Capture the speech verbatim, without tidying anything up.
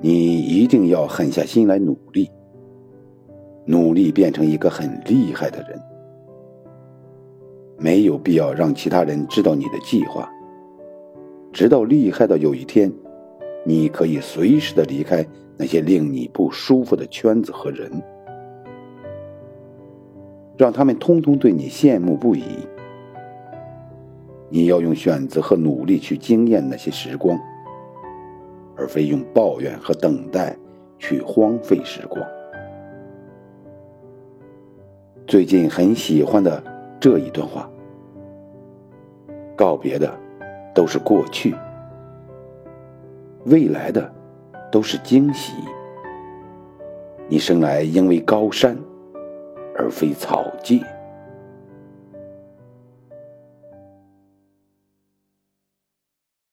你一定要狠下心来努力，努力变成一个很厉害的人。没有必要让其他人知道你的计划，直到厉害到有一天，你可以随时的离开那些令你不舒服的圈子和人，让他们通通对你羡慕不已。你要用选择和努力去经验那些时光，而非用抱怨和等待去荒废时光。最近很喜欢的这一段话：告别的都是过去，未来的都是惊喜。你生来应为高山，而非草芥。